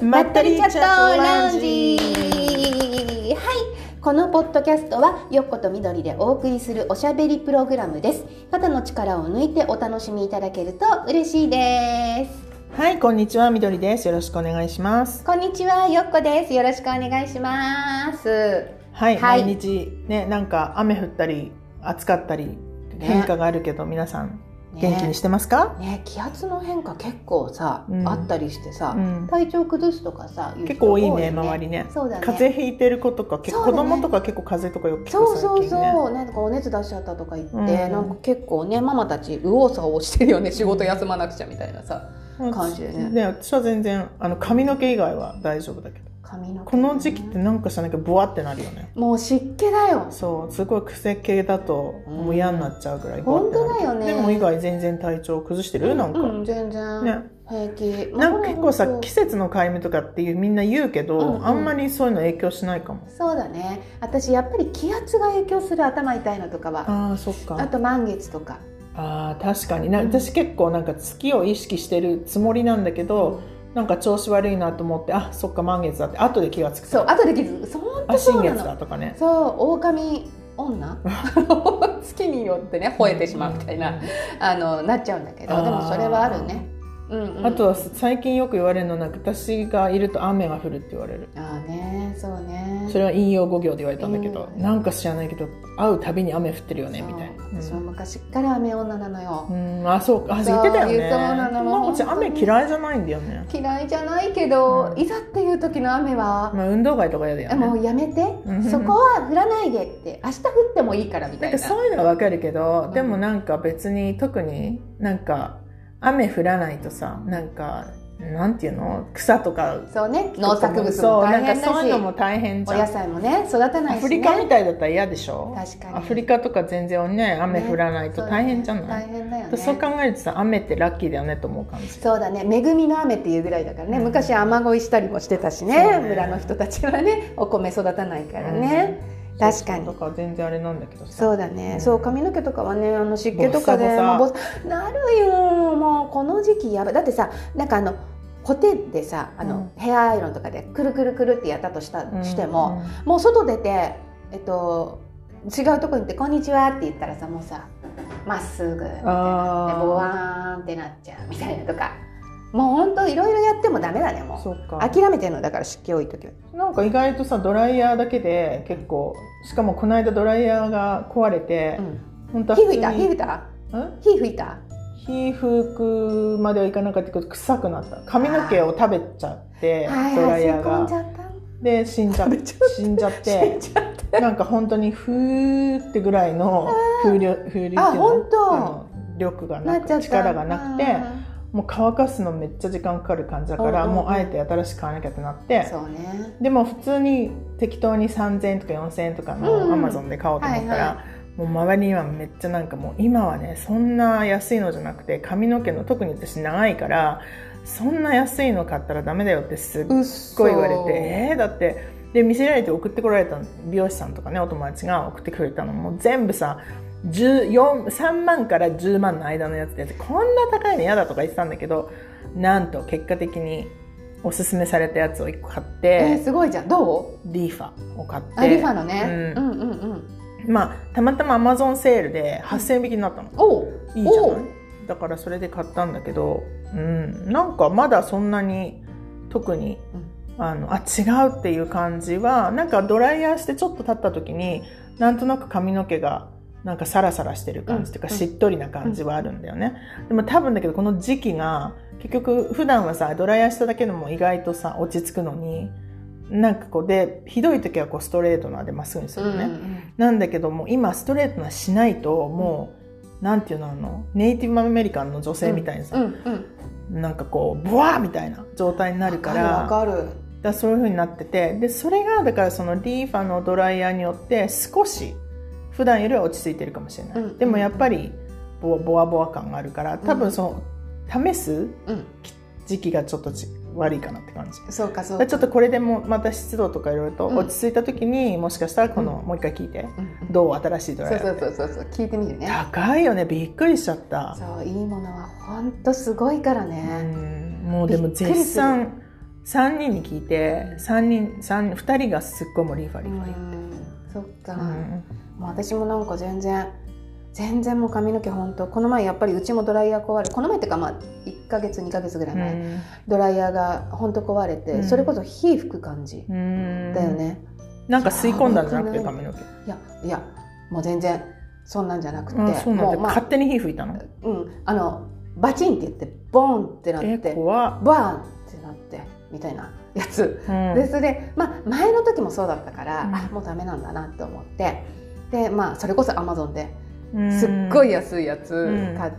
まったりチャットラウンジ。はい、このポッドキャストはよっことみどりでお送りするおしゃべりプログラムです。肩の力を抜いてお楽しみいただけると嬉しいです。 はい、こんにちは、みどりです。よろしくお願いします。 こんにちは、よっこです。よろしくお願いします。 はい、毎日ね、なんか雨降ったり暑かったり変化があるけど、皆さん元気にしてますか？ ね、気圧の変化結構さ、あったりしてさ、体調崩すとかさ、 結構多いね、周りね。 そうだね。 風邪ひいてる子とか、子供とか結構風邪とかよく聞く最近ね。 そうなんかお熱出しちゃったとか言って、なんか結構ね、ママたち右往左往してるよね、仕事休まなくちゃみたいなさ、感じでね。 私は全然髪の毛以外は大丈夫だけど。この時期ってなんかしたなんかブワってなるよね。 もう湿気だよ。 そうすごい癖系だともう嫌になっちゃうぐらい。 本当だよね。 でも以外全然体調崩してる？なんか、 全然、ね、平気。 なんか結構さ、季節の変わり目とかっていうみんな言うけど、あんまりそういうの影響しないかも。 そうだね。私やっぱり気圧が影響する、頭痛いのとかは。 そっか。 あと満月とか。 確かに私結構なんか月を意識してるつもりなんだけど、なんか調子悪いなと思って、そっか満月だって後で気がつく。 そう、後で気づく。本当そうなの。 新月だとかね。 そう、狼女月によってね吠えてしまうみたいな、なっちゃうんだけど、でもそれはあるね。あとは最近よく言われるの、なんか私がいると雨が降るって言われる。 そうね。 それは引用語行で言われたんだけど、なんか知らないけど会うたびに雨降ってるよねみたいな。 私も昔から雨女なのよ。 そうか、言ってたよね。 そうなの。 私雨嫌いじゃないんだよね。 嫌いじゃないけど、いざっていう時の雨は、 運動会とか嫌だよね。 もうやめて、そこは降らないでって、明日降ってもいいからみたいな。 なんかそういうのはわかるけど、でもなんか別に特になんか雨降らないとさ、なんかなんていうの、草とか、 そうね、農作物も大変だし、 そういうのも大変じゃん。 お野菜もね育たないしね。 アフリカみたいだったら嫌でしょ。 確かに。 アフリカとか全然ね、雨降らないと大変じゃない。 大変だよね。 そう考えるとさ、雨ってラッキーだよねと思う感じ。 そうだね、恵みの雨っていうぐらいだからね。昔雨乞いしたりもしてたしね、村の人たちはね、お米育たないからね。確かに。 とか全然あれなんだけどさ。 そうだね。そう、髪の毛とかはね、湿気とかでなるよ。もうこの時期やばい。だってさ、なんかコテでさ、ヘアアイロンとかでくるくるくるってやったとしても、もう外出て違うとこに行って「こんにちは」って言ったらさ、もうさまっすぐみたいなでボワーンってなっちゃうみたいなとか。もうほんといろいろやってもダメだね。もう諦めてるのだから、湿気多い時は。 なんか意外とさ、ドライヤーだけで結構、しかもこの間ドライヤーが壊れて、 本当は火吹いた火吹くまではいかなかったけど臭くなった。髪の毛を食べちゃってドライヤーがで死んじゃってなんか本当にふーってぐらいの風量っていうの力がなく力がなくて、もう乾かすのめっちゃ時間かかる感じだから、もうあえて新しく買わなきゃってなって、でも普通に適当に3000円とか4000円とかのアマゾンで買おうと思ったら、もう周りにはめっちゃなんかもう今はね、そんな安いのじゃなくて、髪の毛の特に私長いからそんな安いの買ったらダメだよってすっごい言われて、だってで見せられて送ってこられた美容師さんとかね、お友達が送ってくれたのも全部さ3万から10万の間のやつで、こんな高いの嫌だとか言ってたんだけど、なんと結果的におすすめされたやつを1個買って、 すごいじゃん。どう？ リーファを買って、 リーファのね、 たまたまアマゾンセールで8000円引きになったの。いいじゃない。だからそれで買ったんだけど、なんかまだそんなに特に、違うっていう感じは、なんかドライヤーしてちょっと経った時になんとなく髪の毛がなんかサラサラしてる感じというか、しっとりな感じはあるんだよね。でも多分だけど、この時期が結局普段はさ、ドライヤーしただけでも意外とさ落ち着くのに、なんかこうでひどい時はこうストレートなでまっすぐにするね、なんだけども今ストレートなしないともう、なんていうの、ネイティブアメリカンの女性みたいにさ、なんかこうブワーみたいな状態になるから、 わかる。 だそういう風になってて、でそれがだからそのリーファのドライヤーによって少し普段よりは落ち着いてるかもしれない、でもやっぱりボワボワ感があるから、多分その試す時期がちょっと悪いかなって感じ。 そうかそうか。 ちょっとこれでもまた湿度とかいろいろと落ち着いた時に、もしかしたらこの、もう一回聞いて、どう新しいドライヤー。 そう聞いてみるね。 高いよね、びっくりしちゃった。 そう、いいものは本当すごいからね。 もうでも絶賛 3人に聞いて2人がすっごいもうリーファリーファリーって。 そっか、もう私もなんか全然もう髪の毛ほんとこの前やっぱりうちもドライヤー壊れこの前っていうかまあ1ヶ月2ヶ月ぐらい前、ドライヤーがほんと壊れて、それこそ火吹く感じだよね。 なんか吸い込んだんじゃなくて髪の毛。 いやもう全然そんなんじゃなくて、 もう勝手に火吹いたの。 バチンって言ってボンってなって怖っバーンってなってみたいなやつ、でそれで、前の時もそうだったから、もうダメなんだなと思って、でそれこそアマゾンですっごい安いやつ買って、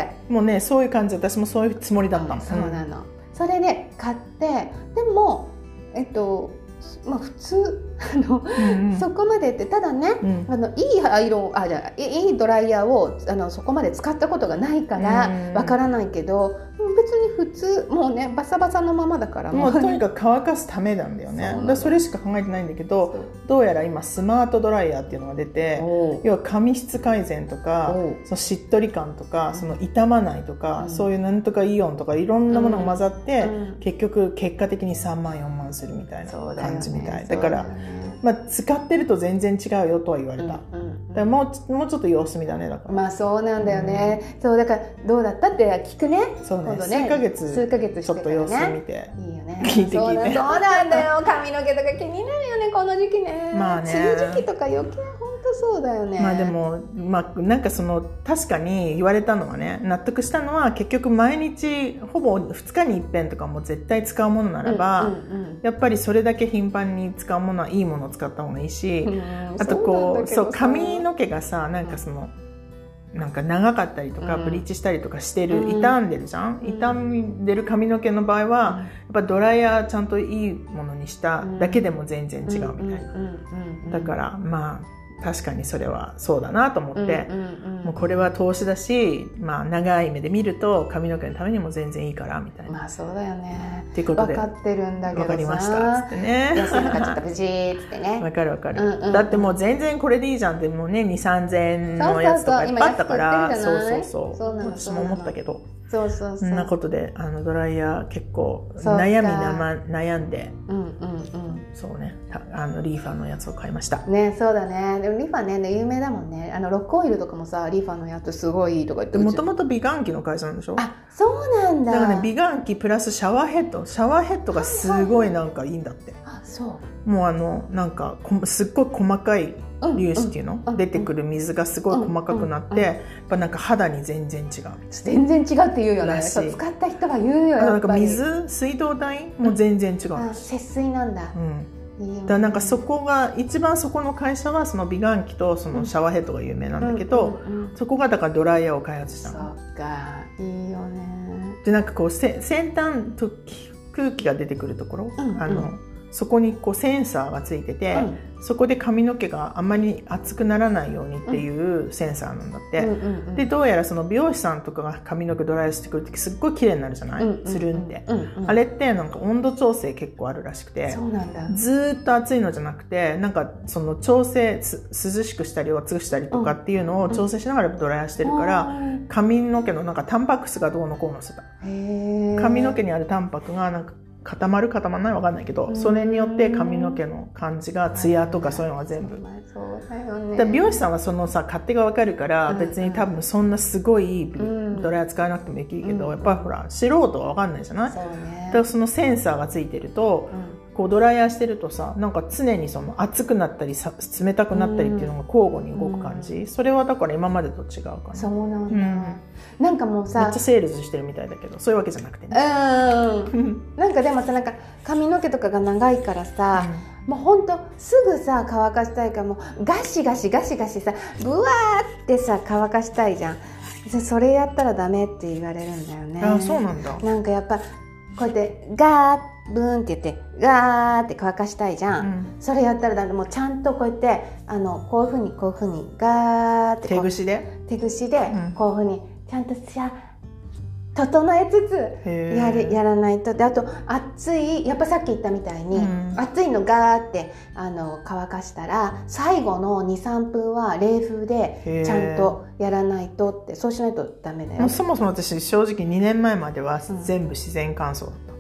もうねそういう感じ、私もそういうつもりだったもん。 そうなの。それで買って、でも普通そこまでってただね、いいアイロンじゃあいいドライヤーをそこまで使ったことがないからわからないけど、別に普通もうねバサバサのままだからもうとにかく乾かすためなんだよね。それしか考えてないんだけど、どうやら今スマートドライヤーっていうのが出て、要は髪質改善とかそのしっとり感とかその傷まないとか、そういうなんとかイオンとかいろんなものが混ざって、結局結果的に3万4万するみたいな感じみたいだから、使ってると全然違うよとは言われた。だからもうちょっと様子見だね。だからそうなんだよね。そうだからどうだったって聞くね。 そうね、数ヶ月ちょっと様子見ていいよね。 聞いてそうなんだよ。髪の毛とか気になるよねこの時期ね。梅雨時期とか余計本当そうだよね。 でもなんか確かに言われたのはね、納得したのは結局毎日ほぼ2日に一遍とかも絶対使うものならば、やっぱりそれだけ頻繁に使うものはいいものを使った方がいいし、あと髪の毛がさなんか長かったりとかブリーチしたりとかしてる、傷んでるじゃん。傷んでる髪の毛の場合はやっぱドライヤーちゃんといいものにしただけでも全然違うみたいな。だから確かにそれはそうだなと思って、もうこれは投資だし、長い目で見ると髪の毛のためにも全然いいからみたいな。 そうだよね。 っていうことで分かってるんだけどさ、 分かりましたっつってね。 安いの買っちゃったブチーっつってね。 分かる。だってもう全然これでいいじゃんって、もうね2,000-3,000円のやつとかいっぱいあったから、そう私も思ったけど、そんなことでドライヤー結構悩んで、そうねリーファーのやつを買いましたね。そうだね。でもリーファーね有名だもんね。ロックオイルとかもさリーファーのやつすごいいいとか言って。 もともと美顔器の会社なんでしょ。 そうなんだ。 だからね美顔器プラスシャワーヘッドがすごいなんかいいんだって。もうなんかすっごい細かい粒子っていうの、出てくる水がすごい細かくなって、やっぱなんか肌に全然違う。 全然違うって言うよね。使った人が言うよ。 なんか水道代も全然違う。 節水なんだ。 だからなんかそこが一番、そこの会社はその美顔器とそのシャワーヘッドが有名なんだけど、そこがだからドライヤーを開発したの。 そっか、いいよね。 でなんかこう先端と空気が出てくるところ、そこにセンサーがついてて、そこで髪の毛があまり熱くならないようにっていうセンサーなんだって。でどうやらその美容師さんとかが髪の毛ドライヤーしてくる時すっごい綺麗になるじゃない、つるんで、あれってなんか温度調整結構あるらしくて、ずっと暑いのじゃなくて、なんかその調整涼しくしたり熱くしたりとかっていうのを調整しながらドライヤーしてるから、髪の毛のなんかタンパク質がどうのこうのしてた。髪の毛にあるタンパクがなんか固まらないわかんないけど、それによって髪の毛の感じがツヤとかそういうのが全部、美容師さんはそのさ勝手がわかるから、別に多分そんなすごいドライヤー使わなくてもいいけど、やっぱほら素人はわかんないじゃない。だからそのセンサーがついてると、こうドライヤーしてるとさ、なんか常にその熱くなったり冷たくなったりっていうのが交互に動く感じ、それはだから今までと違うかな。 そうなんだ、なんかもうさめっちゃセールスしてるみたいだけど、そういうわけじゃなくてね。 なんかでもさ、なんか髪の毛とかが長いからさ、もうほんとすぐさ乾かしたいから、もうガシガシさブワーってさ乾かしたいじゃん。それやったらダメって言われるんだよね。 そうなんだ。 なんかやっぱこうやってガーッブーンって言ってガーって乾かしたいじゃん、それやったらだめ。もうちゃんとこうやってこういうふうにガーって手ぐしでこういうふうにちゃんと整えつつやらないと。であと熱い、やっぱさっき言ったみたいに、熱いのガーって乾かしたら最後の 2,3 分は冷風でちゃんとやらないとって。そうしないとダメだよ。 そもそも私正直2年前までは全部自然乾燥だった。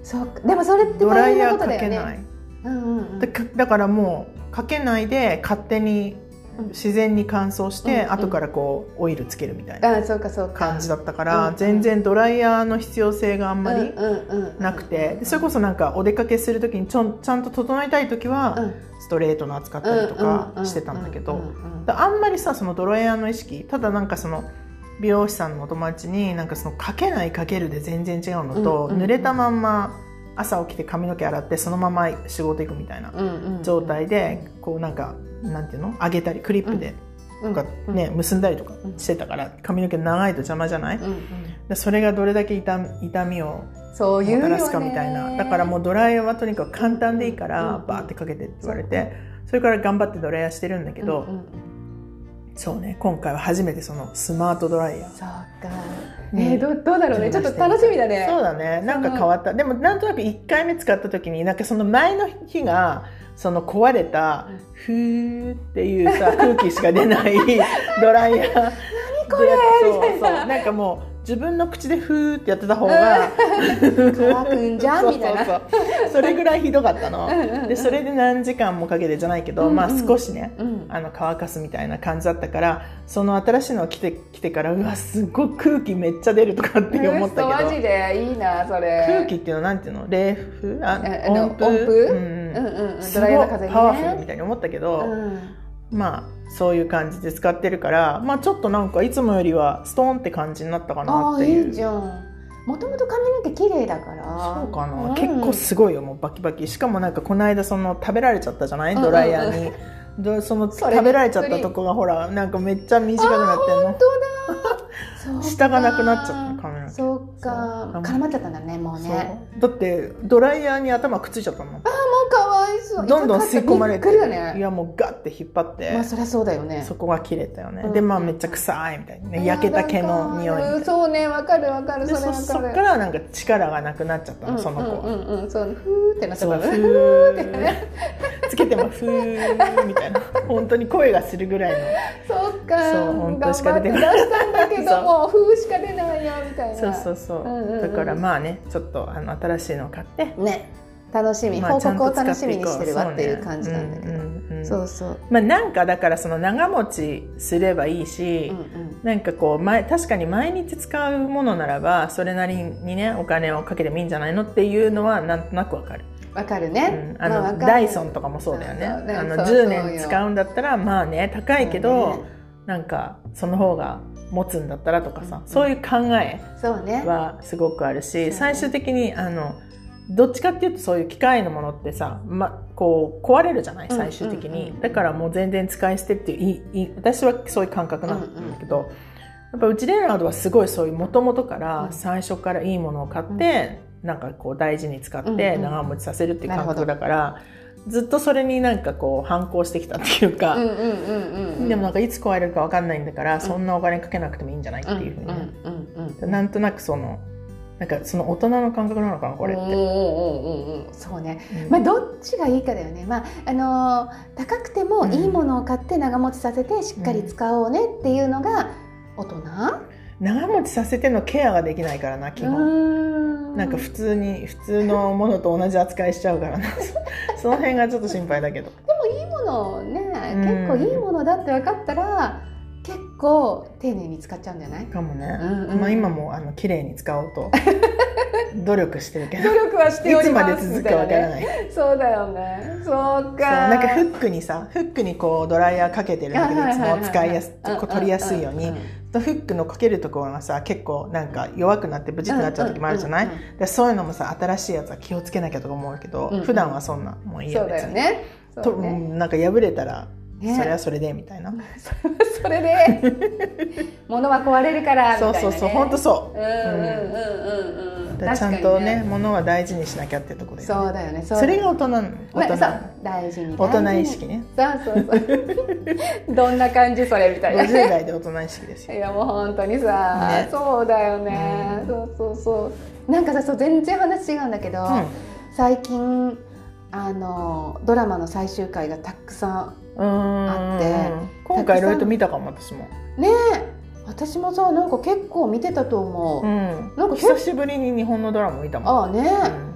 そうでもそれってドライヤー大変なことだよね。 かけない、だからもうかけないで勝手に自然に乾燥して、後からこうオイルつけるみたいな感じだったから、全然ドライヤーの必要性があんまりなくて、それこそなんかお出かけする時にちゃんと整えたい時はストレートの扱ったりとかしてたんだけど、あんまりさそのドライヤーの意識、ただなんかその美容師さんのお友達になんかそのかけないかけるで全然違うのと、濡れたまんま朝起きて髪の毛洗ってそのまま仕事行くみたいな状態でこうなんかなんていうの上げたりクリップでとかね結んだりとかしてたから髪の毛長いと邪魔じゃない、それがどれだけ痛みをもたらすかみたいな。だからもうドライヤーはとにかく簡単でいいからバーってかけてって言われて、それから頑張ってドライヤーしてるんだけど、そうね、今回は初めてそのスマートドライヤー。 そうか。どうだろうね。ちょっと楽しみだね。 そうだね。なんか変わった。でもなんとなく1回目使った時になんかその前の日がその壊れたふーっていうさ空気しか出ないドライヤー。何これみたいな。 なんかもう自分の口でふーってやってた方が乾くんじゃんみたいな。 それぐらいひどかったの。でそれで何時間もかけてじゃないけど、まあ少しね、乾かすみたいな感じだったから、その新しいのが来てからうわすごい空気めっちゃ出るとかって思ったけど、 マジでいいなそれ。 空気っていうのはなんていうの、冷風、 音符、 すごいパワフルみたいに思ったけど、まあそういう感じで使ってるから、まあちょっとなんかいつもよりはストーンって感じになったかなっていう。 いいじゃん。もともと髪の毛綺麗だから。 そうかな、結構すごいよ、もうバキバキ。しかもなんかこの間その食べられちゃったじゃない、ドライヤーに。その食べられちゃったとこがほらなんかめっちゃ短くなってんの。 本当だ。 下がなくなっちゃった髪の毛。 そうか。絡まっちゃったんだね、もうね。 だってドライヤーに頭くっついちゃったの。 もうかわいそう。 どんどん吸い込まれて、 ね、 いやもうガッて引っ張って、 まあそりゃそうだよね。 そこが切れたよね。でまあめっちゃ臭いみたいなね、焼けた毛の匂いみたいな。 そうね、わかるわかる。 そっからなんか力がなくなっちゃったの、その子。 そうふーってなっちゃった。 ふーってね。つけてもふーみたいな、本当に声がするぐらいの。 そっか。 そう本当しか出てこない。出したんだけどもふーしか出ないよみたいな。 そうだからまあね、ちょっと新しいのを買ってね。楽しみ、報告を楽しみにしてるわっていう感じなんだけど、そうそう。 まあなんかだからその長持ちすればいいし、なんかこう確かに毎日使うものならばそれなりにねお金をかけてもいいんじゃないのっていうのはなんとなくわかる。 わかるね。 ダイソンとかもそうだよね。10年使うんだったらまあね高いけど、なんかその方が持つんだったらとかさ、そういう考えはすごくあるし、最終的にどっちかっていうとそういう機械のものってさ、こう壊れるじゃない最終的に。だからもう全然使い捨てっていう私はそういう感覚なんだけど、やっぱうちレーナードはすごいそういう元々から最初からいいものを買って、なんかこう大事に使って長持ちさせるっていう感覚だから、ずっとそれになんかこう反抗してきたっていうか、でもなんかいつ壊れるか分かんないんだから、そんなお金かけなくてもいいんじゃないっていうふうに、なんとなくなんかその大人の感覚なのかなこれって。 そうね。まあどっちがいいかだよね。まあ高くてもいいものを買って長持ちさせてしっかり使おうねっていうのが大人。 長持ちさせてのケアができないからな基本。なんか普通のものと同じ扱いしちゃうからな。その辺がちょっと心配だけど。 でもいいものね、結構いいものだって分かったら。結構丁寧に使っちゃうんじゃないかもね。まあ今も綺麗に使おうと努力してるけど、 努力はしております。 いつまで続くかわからない。 そうだよね。そうか。 なんかフックにこうドライヤーかけてるんだけど、いつも使いやす取りやすいように、フックのかけるところがさ結構なんか弱くなってブチってなっちゃう時もあるじゃない。でそういうのもさ新しいやつは気をつけなきゃとか思うけど、普段はそんなもういいよ別に。そうだよね。なんか破れたら。それはそれでみたいな。 それで物は壊れるからみたいなね。 そう本当そう。ちゃんとね物は大事にしなきゃってところで。 そうだよね。 それが大人大事に大人意識ね。 そうどんな感じそれみたいな。 50代で大人意識ですよ。 いやもう本当にさ、そうだよね。そうなんかさ全然話違うんだけど、最近ドラマの最終回がたくさんあって、 今回いろいろと見たかも私もね。私もさなんか結構見てたと思う。 なんか久しぶりに日本のドラマ見たもん。 ね。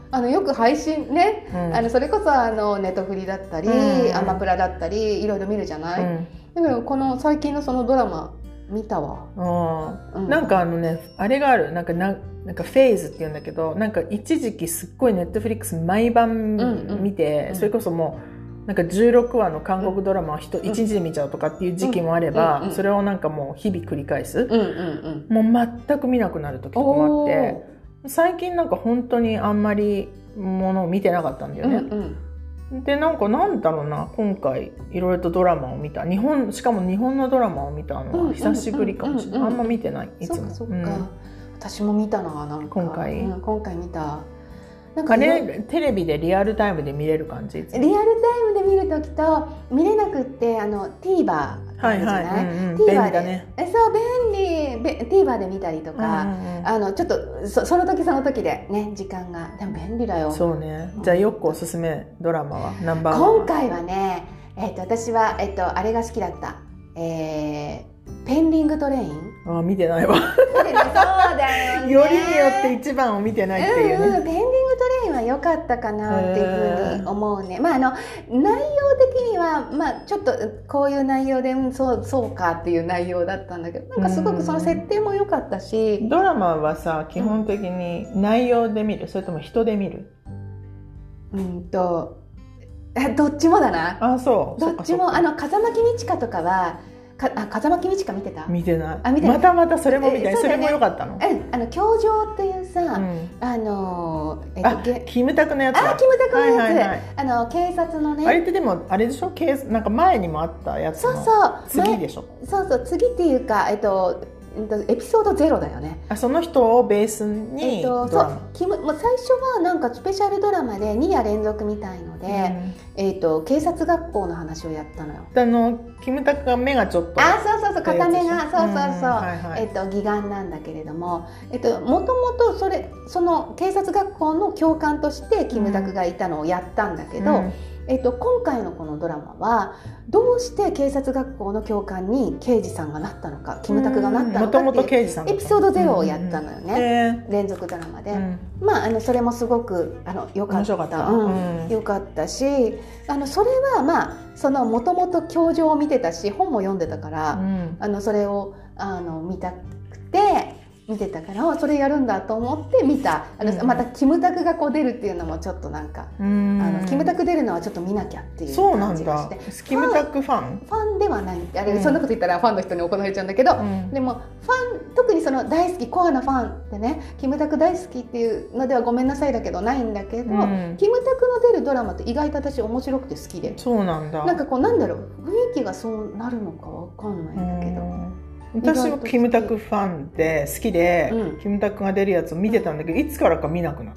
よく配信ね、それこそネトフリだったり、アマプラだったりいろいろ見るじゃない、だからこの最近のそのドラマ見たわ。 なんかあれがある、なんかフェーズって言うんだけど、なんか一時期すっごいネットフリックス毎晩見て、それこそもうなんか16話の韓国ドラマを1日で見ちゃうとかっていう時期もあれば、それをなんかもう日々繰り返す、もう全く見なくなる時とかもあって、最近なんか本当にあんまりものを見てなかったんだよね。でなんだろうな、今回いろいろとドラマを見た、しかも日本のドラマを見たのは久しぶりかもしれない。あんま見てない、いつも。 そうか、私も見たな、なんか今回見た。 なんかテレビでリアルタイムで見れる感じ？ リアルタイムで見るときと見れなくってTVer あるじゃない？ TVer 便利だね。 そう便利。TVer で見たりとか、ちょっとその時その時でね、時間がでも便利だよ。 そうね。じゃあよくおすすめドラマはナンバーワン。 今回はね、私はあれが好きだった。ペンディングトレイン。 見てないわ。 そうだよね。 よりによって一番を見てないっていうね。 ペンディングトレインは良かったかなっていうふうに思うね。内容的にはちょっとこういう内容でそうかっていう内容だったんだけど、なんかすごくその設定も良かったし。 ドラマはさ、基本的に内容で見る、それとも人で見る？ どっちもだな。 そう。 どっちも。風間公親とかは。風間公親見てた？ 見てない。またそれも見たい。それも良かったの？ 教場っていうさ、 キムタクのやつだ。 キムタクのやつ、警察のね。 あれってでもあれでしょ？なんか前にもあったやつの次でしょ？ そう次っていうかエピソード0だよね。 その人をベースにドラマ。 最初はなんかスペシャルドラマで2夜連続みたいので、警察学校の話をやったのよ。 キムタクが目がちょっとそう片目が義眼なんだけれども、もともとその警察学校の教官としてキムタクがいたのをやったんだけど、今回のこのドラマはどうして警察学校の教官に刑事さんがなったのか、キムタクがなったのかっていうエピソード0をやったのよね、連続ドラマで。それもすごそれも良かったし、それはそのもともと教場を見てたし本も読んでたから、それを見たくて見てたから、それやるんだと思って見た。またキムタクが出るっていうのもちょっとなんか、キムタク出るのはちょっと見なきゃっていう感じがして。 キムタクファンではない。そんなこと言ったらファンの人に怒られちゃうんだけど、でも特にその大好きコアなファンってね、キムタク大好きっていうのではごめんなさいだけどないんだけど、キムタクの出るドラマって意外と私面白くて好きで。 そうなんだ。 なんかなんだろう、雰囲気がそうなるのかわかんないんだけど。 私もキムタクファンで好きで、キムタクが出るやつを見てたんだけど、いつからか見なくなった。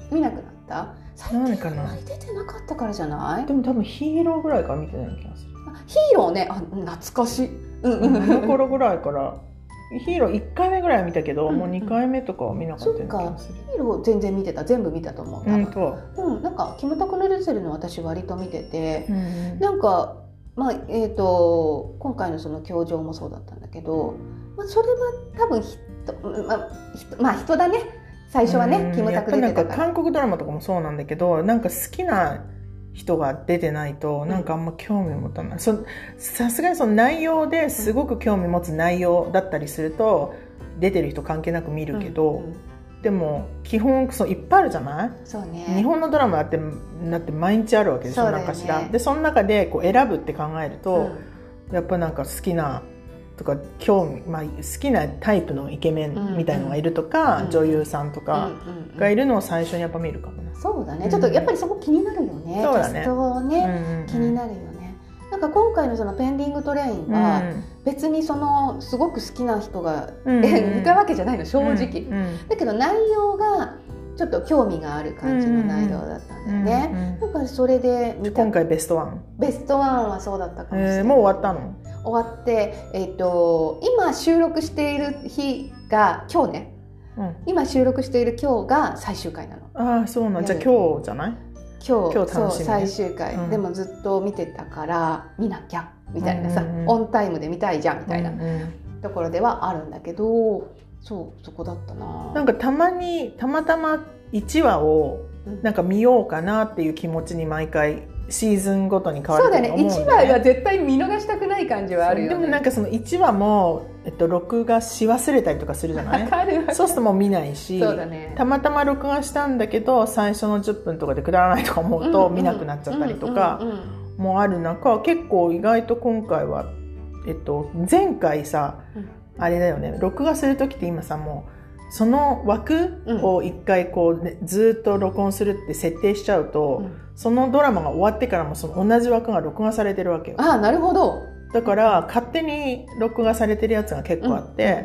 最近あんまり出てなかったからじゃない？でも多分ヒーローぐらいから見てない気がする。 ヒーローね、懐かしい。 あの頃ぐらいからヒーロー1回目ぐらいは見たけど、もう2回目とかは見なかったような気がする。 ヒーロー全然見てた、全部見たと思う。なんかキムタクの出てるの私割と見てて、なんか今回のその教場もそうだったんだけど、それは多分人だね、最初はね。キムタク出てたから。 韓国ドラマとかもそうなんだけど、なんか好きな人が出てないとなんかあんま興味持たない。さすがにその内容ですごく興味持つ内容だったりすると出てる人関係なく見るけど、でも基本いっぱいあるじゃない？ そうね。 日本のドラマだって毎日あるわけでしょ、なんかしら。でその中で選ぶって考えると、やっぱなんか好きなとか好きなタイプのイケメンみたいのがいるとか、女優さんとかがいるのを最初にやっぱ見るかもね。 そうだね。ちょっとやっぱりそこ気になるよね。 そうだね。 キャストね、気になるよね。なんか今回のそのペンディングトレインは別にすごく好きな人がいたわけじゃないの、正直。だけど内容がちょっと興味がある感じの内容だったんだよね。だからそれで見た。 今回ベストワンはそうだったかもしれない。 もう終わったの？ 終わって、今収録している日が今日ね、今収録している今日が最終回なの。 そうなん。じゃあ今日じゃな今い？ 日楽しみ、最終回、でもずっと見てたから見なきゃみたいなさ、オンタイムで見たいじゃんみたいなところではあるんだけど、そこだったな。 なんかたまたま1話をなんか見ようかなっていう気持ちに毎回シーズンごとに変わると思うんだよね。 そうだね、1話は絶対見逃したくない感じはあるよね。 でもなんかその1話も、録画し忘れたりとかするじゃない。そうするともう見ないし、 そうだね、 たまたま録画したんだけど最初の10分とかでくだらないとか思うと見なくなっちゃったりとかもある中、結構意外と今回は、前回さ、あれだよね、録画する時って今さ、もうその枠を一回こう、ね、ずっと録音するって設定しちゃうと、そのドラマが終わってからもその同じ枠が録画されてるわけよ。 ああ、なるほど。 だから勝手に録画されてるやつが結構あって、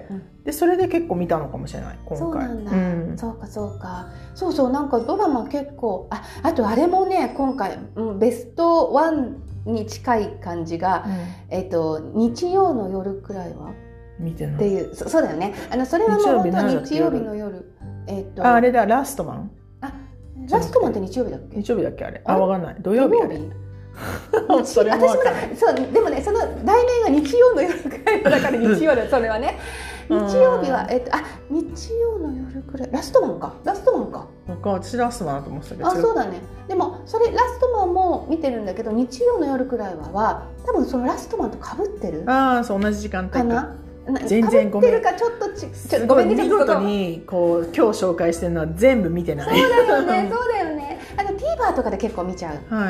でそれで結構見たのかもしれない今回。 そうなんだ、そうかそうか、そうそう、なんかドラマ結構、あとあれもね、今回、ベスト1に近い感じが、日曜の夜くらいは見てないっていう、そうだよね。それはもう本当日曜日の夜。 あれだ、ラストマン。 ラストマンって日曜日だっけ？ 日曜日だっけあれ？わかんない。土曜日あれ。 私もそう、でもね、その題名が日曜の夜くらいだから日曜だ、それはね。日曜日は日曜の夜くらい、ラストマンか。 私ラストマンだと思ってたけど。 そうだね。でもそれラストマンも見てるんだけど、日曜の夜くらいは多分そのラストマンと被ってる。 そう、同じ時間帯かな。 全然ごめん。 被ってるかちょっとごめんね。見事にこう今日紹介してるのは全部見てない。 そうだよね。そうだよね。TVer とかで結構見ちゃうから、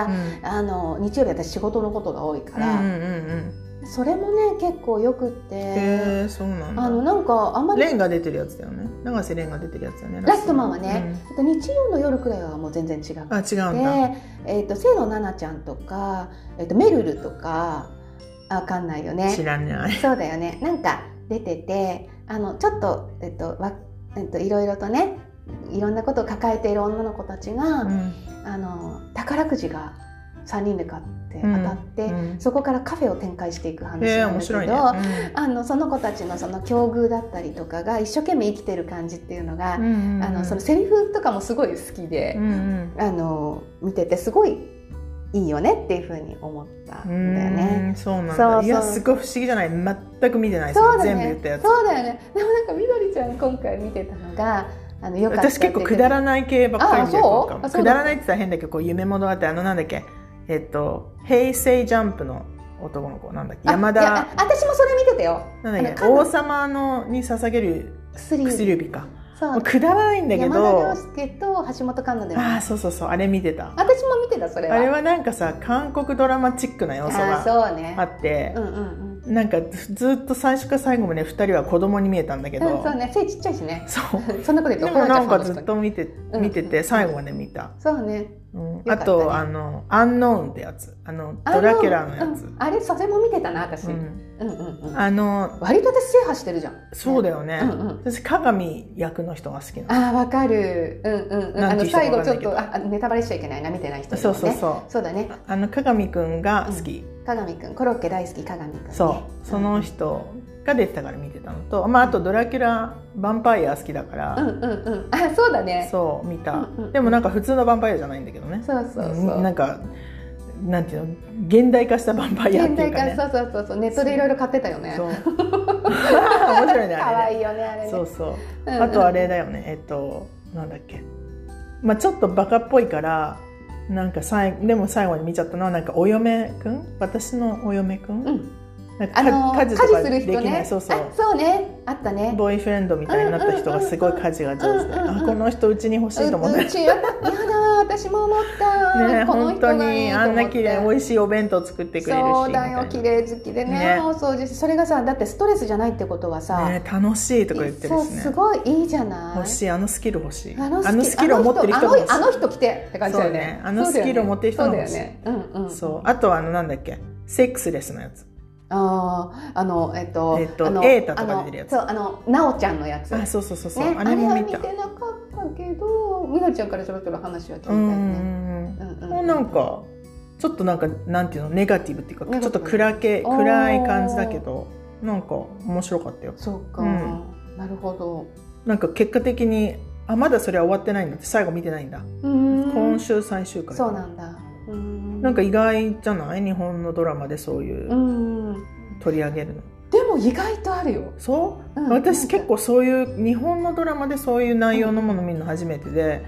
日曜日私仕事のことが多いから、それもね結構よくって。 そうなんだ。 なんかあんまり。 レンが出てるやつだよね。永瀬廉が出てるやつだよね。 ラストマンはね、日曜の夜くらいはもう全然違う。 違うんだ。 清野奈々ちゃんとか、メルルとか。わかんないよね。 知らない。 そうだよね。なんか出てて、ちょっといろいろとね、いろんなことを抱えている女の子たちが、宝くじが3人で買って当たって、そこからカフェを展開していく話なんだけど、その子たちのその境遇だったりとかが一生懸命生きてる感じっていうのが、そのセリフとかもすごい好きで、見ててすごいいいよねっていうふうに思ったんだよね。 そうなんだ。いや、すごい不思議じゃない。全く見てないです。全部言ったやつ。 そうだよね。でもなんかみどりちゃん今回見てたのがよかった。 私結構くだらない系ばっかり見てるかも。くだらないって言ったら変だけど、こう夢物語、なんだっけ、平成ジャンプの男の子なんだっけ、山田。 私もそれ見てたよ。 なんだっけ、王様に捧げる薬指か。くだらないんだけど、 山田涼介と橋本環奈でも。 そうそうそう、あれ見てた。 私も見てた。それはあれはなんかさ、韓国ドラマチックな要素があって、なんかずっと最初から最後まで2人は子供に見えたんだけど、 そうね、背ちっちゃいしね。 そうそんなこと言うと怒られちゃう。でもなんかずっと見てて最後まで見た。 そうね。 あとアンノーンってやつ、ドラキュラのやつ。 あれ、それも見てたな、私。割と私制覇してるじゃん。 そうだよね。私鏡役の人が好きなの。 わかる。最後ちょっとネタバレしちゃいけないな、見てない人にね。そうだね。 鏡くんが好き。 鏡くん、コロッケ大好き鏡くん。 その人が出てたから見てたのと、あとドラキュラヴァンパイア好きだから、 そうだね。 そう見た。でもなんか普通のヴァンパイアじゃないんだけどね。なんかなんていうの、現代化したヴァンパイアっていうかね。 そうネットでいろいろ買ってたよね。 面白いね。 可愛いよねあれね。 そう。あとあれだよね。なんだっけ。ちょっとバカっぽいから。なんかでも最後に見ちゃったのはなんかお嫁くん、私のお嫁くん、家事とかできない。そうね、あったね。ボーイフレンドみたいになった人がすごい家事が上手で、この人うちに欲しいと思って。 やだ、私も思った。 ね、本当にあんな綺麗美味しいお弁当作ってくれるし。 そうだよ、綺麗好きでね、お掃除。それがさ、だってストレスじゃないってことはさ、 楽しいとか言ってるしね。 すごいいいじゃない。 欲しい、スキル欲しい。スキルを持ってる人も欲しい。 あの人来てって感じだよね。 スキルを持ってる人も欲しい。そう、あとなんだっけ、セックスレスのやつ。エータとか出てるやつ。 なおちゃんのやつ。 そう。あれも見た。 見てなかったけど、みどりちゃんからちょろちょろ話は聞いたよね。 もうなんかちょっとなんていうの、ネガティブっていうか、ちょっと暗い感じだけど、なんか面白かったよ。 そうか。なるほど。 なんか結果的にまだそれは終わってないんだって、最後見てないんだ。今週最終回。 そうなんだ。 なんか意外じゃない？日本のドラマでそういう取り上げるの。 でも意外とあるよ。私結構そういう日本のドラマでそういう内容のもの見るの初めてで、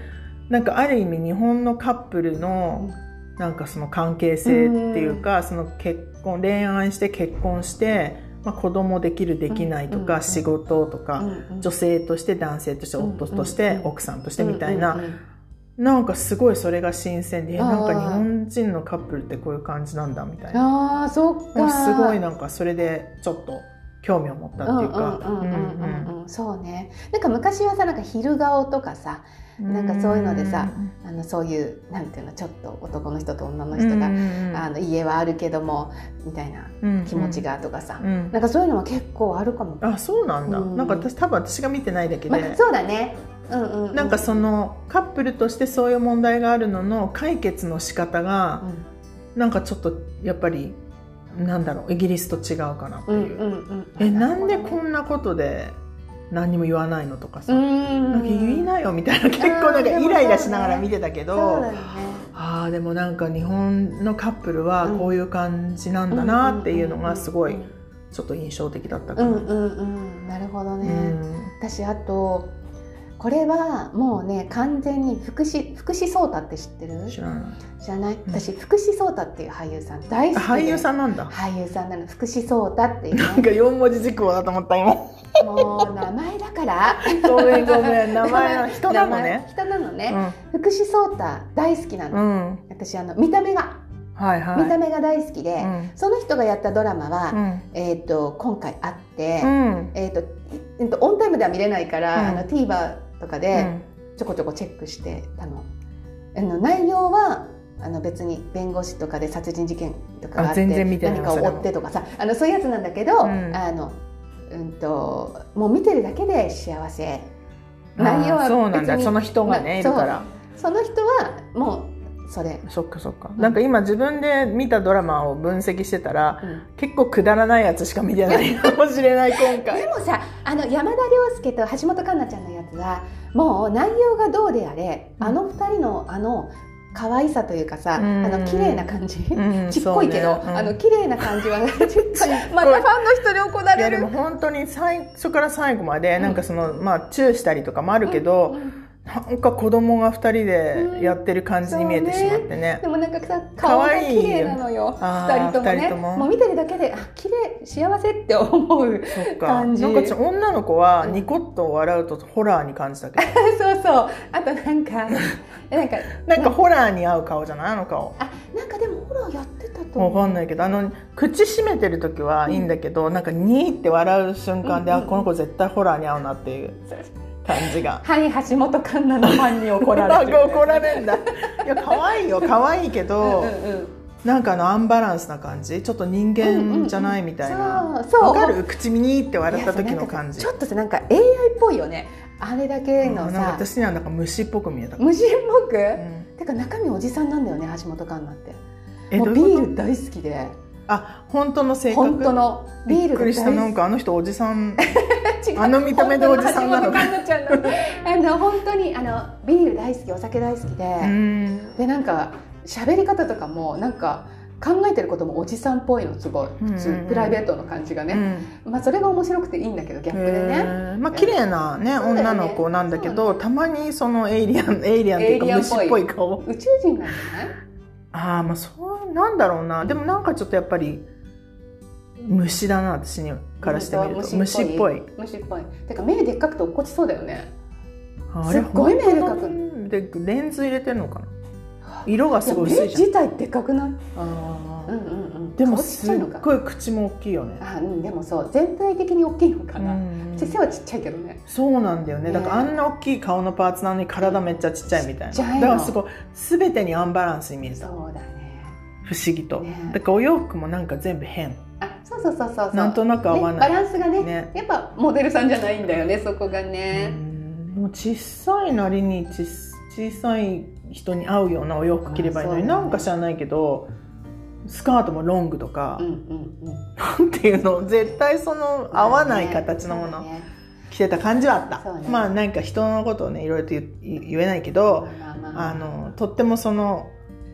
なんかある意味日本のカップルのなんかその関係性っていうか、その恋愛して結婚して、子供できるできないとか、仕事とか、女性として男性として夫として奥さんとしてみたいな、なんかすごいそれが新鮮で、なんか日本人のカップルってこういう感じなんだみたいな。 そっか。 すごいなんかそれでちょっと興味を持ったっていうか。 そうね。なんか昔はさ、なんか昼顔とかさ、なんかそういうのでさ、そういうなんていうの、ちょっと男の人と女の人が、家はあるけどもみたいな気持ちがとかさ、なんかそういうのは結構あるかも。 あ、そうなんだ。なんか多分私が見てないだけで。 そうだね。 なんかそのカップルとしてそういう問題があるのの解決の仕方が、なんかちょっとやっぱりなんだろう、イギリスと違うかなっていう。なんでこんなことで何にも言わないのとかさ、なんか言いなよみたいな、結構なんかイライラしながら見てたけど、でもなんか日本のカップルはこういう感じなんだなっていうのがすごいちょっと印象的だったかな。 なるほどね。私あとこれはもうね、完全に福士蒼汰って知ってる？知らない。私福士蒼汰っていう俳優さん大好きで。俳優さんなんだ。俳優さんなの。福士蒼汰っていう、ね、 なんか4文字熟語だと思った今。 もう名前だから。 ごめん名前の人なのね。 人なのね。福士蒼汰大好きなの。私見た目が。見た目が大好きで、その人がやったドラマは、今回あって、オンタイムでは見れないから、TVer とかでちょこちょこチェックしてたの。内容は別に弁護士とかで殺人事件とかがあって何かを追ってとかさ、そういうやつなんだけど、もう見てるだけで幸せ。内容はそうなんだ。その人がねいるから。 その人はもうそっか。なんか今自分で見たドラマを分析してたら、結構くだらないやつしか見てないかもしれない今回。 でもさ、山田涼介と橋本環奈ちゃんのやつはもう内容がどうであれ、2人の可愛さというかさ、綺麗な感じ、ちっこいけど、綺麗な感じはまたファンの人に怒られる。 いやでも本当に最初から最後までなんかそのチューしたりとかもあるけど、なんか子供が2人でやってる感じに見えてしまってね。 でもなんかさ、顔が綺麗なのよ、2人ともね。もう見てるだけで綺麗、幸せって思う感じ。 なんか女の子はニコッと笑うとホラーに感じたけど。 そう。あとなんかホラーに合う顔じゃない、あの顔。 なんかでもホラーやってたと思う。 わかんないけど、口閉めてる時はいいんだけど、なんかニーって笑う瞬間で、この子絶対ホラーに合うなっていう感じが。 はい、橋本環奈のファンに怒られる。 怒られるんだ。いや可愛いよ、可愛いけど、なんかアンバランスな感じ、ちょっと人間じゃないみたいな。わかる？口にって笑った時の感じ。 ちょっとなんか AI っぽいよね。あれだけのさ、 私にはなんか虫っぽく見えた。 虫っぽく？てか中身おじさんなんだよね、橋本環奈って。もうビール大好きで。 本当の性格。 本当のビールびっくりした。なんかあの人おじさん。見た目でおじさんなのか。 本当にビール大好き、お酒大好きで、なんか喋り方とかもなんか考えてることもおじさんっぽいの、すごい普通、プライベートの感じがね。それが面白くていいんだけど、ギャップでね。 綺麗なね女の子なんだけど、たまにそのエイリアンっていうか虫っぽい顔。 宇宙人なんじゃない？ そうなんだろうな。でもなんかちょっとやっぱり虫だな、私からしてみると。虫っぽい。 てか目でっかくて落っこちそうだよね。すっごい目でっかく。 でレンズ入れてるのかな。色がすごい薄いじゃん。 目自体でっかくない？ でもすっごい口も大きいよね。 でもそう、全体的に大きいのかな。背はちっちゃいけどね。 そうなんだよね。だからあんな大きい顔のパーツなのに体めっちゃちっちゃいみたいな。だからすごい全てにアンバランスに見えた。 そうだね。 不思議と。だからお洋服もなんか全部変。 そうなんとなく合わない。 バランスがね、やっぱモデルさんじゃないんだよね、そこがね。 もう小さいなりに小さい人に合うようなお洋服着ればいいのに、なんか知らないけどスカートもロングとか、なんていうの、絶対その合わない形のもの着てた感じはあった。なんか人のことをねいろいろと言えないけど、とってもその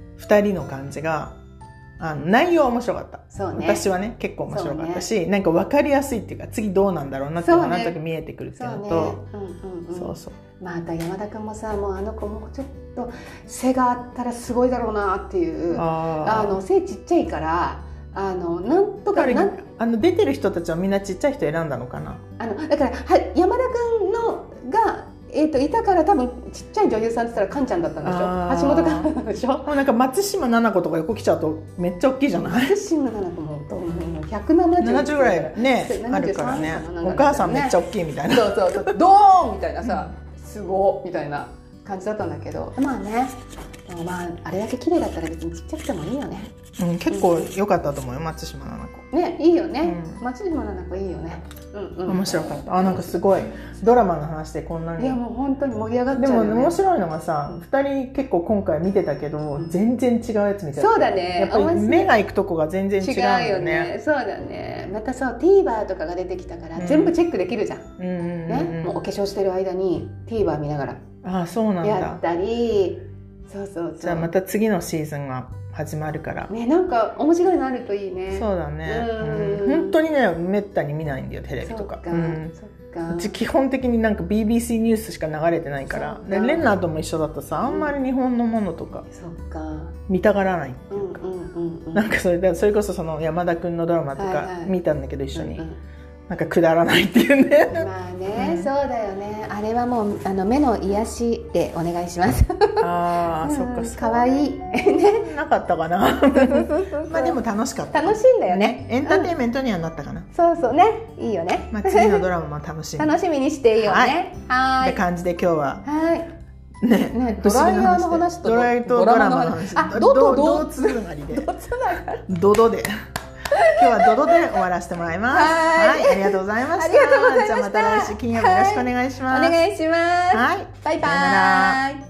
2人の感じが内容は面白かった。私はね結構面白かったし、なんか分かりやすいっていうか、次どうなんだろうなっていうのがなんとなく見えてくるっていうのと、 また山田君もさ、もうあの子もちょっと背があったらすごいだろうなっていう、背ちっちゃいからなんとか出てる人たちはみんなちっちゃい人選んだのかな。 だから山田君のがいたから多分ちっちゃい女優さんって言ったらカンちゃんだったんでしょ、橋本環奈でしょ。 もうなんか松島菜々子とか横来ちゃうとめっちゃ大きいじゃない。 松島菜々子も170 ぐらいねあるからね。お母さんめっちゃ大きいみたいな。 そうドーンみたいなさ、すごいみたいな感じだったんだけど、まあね、あれだけ綺麗だったら別にちっちゃくてもいいよね。 結構良かったと思うよ、松島菜々子。 ね、いいよね。松島菜々子いいよね。 面白かった。なんかすごいドラマの話でこんなに。 いやもう本当に盛り上がっちゃうよね。 でも面白いのがさ、2人結構今回見てたけど全然違うやつ見てた。 そうだね。 やっぱり目が行くとこが全然違うよね。 そうだね。またそう TVer とかが出てきたから全部チェックできるじゃん。ね、もうお化粧してる間に TVer 見ながらそうなんだやったり、そうじゃあまた次のシーズンが始まるからね、なんか面白いのあるといいね。 そうだね。本当にね、めったに見ないんだよテレビとか。うち基本的になんか BBC ニュースしか流れてないから、レンナーとも一緒だとさ、あんまり日本のものとか見たがらないっていうか、なんかそれこそその山田くんのドラマとか見たんだけど一緒に。なんかくだらないっていうね。 まあね、そうだよね。あれはもう目の癒しでお願いします。 そっか。 可愛い。 なかったかな。まあでも楽しかった。 楽しいんだよね。 エンターテインメントにはなったかな。 そうね、いいよね。 まあ次のドラマも楽しみ。 楽しみにしていいよね。 はい。って感じで今日は。 ね、ドライヤーの話とドライとドラマの話。どうつながりで。ドドで。今日はドドで終わらせてもらいます。はい、ありがとうございました。じゃあまた来週金曜日よろしくお願いします。 お願いします。 はい、 バイバイ。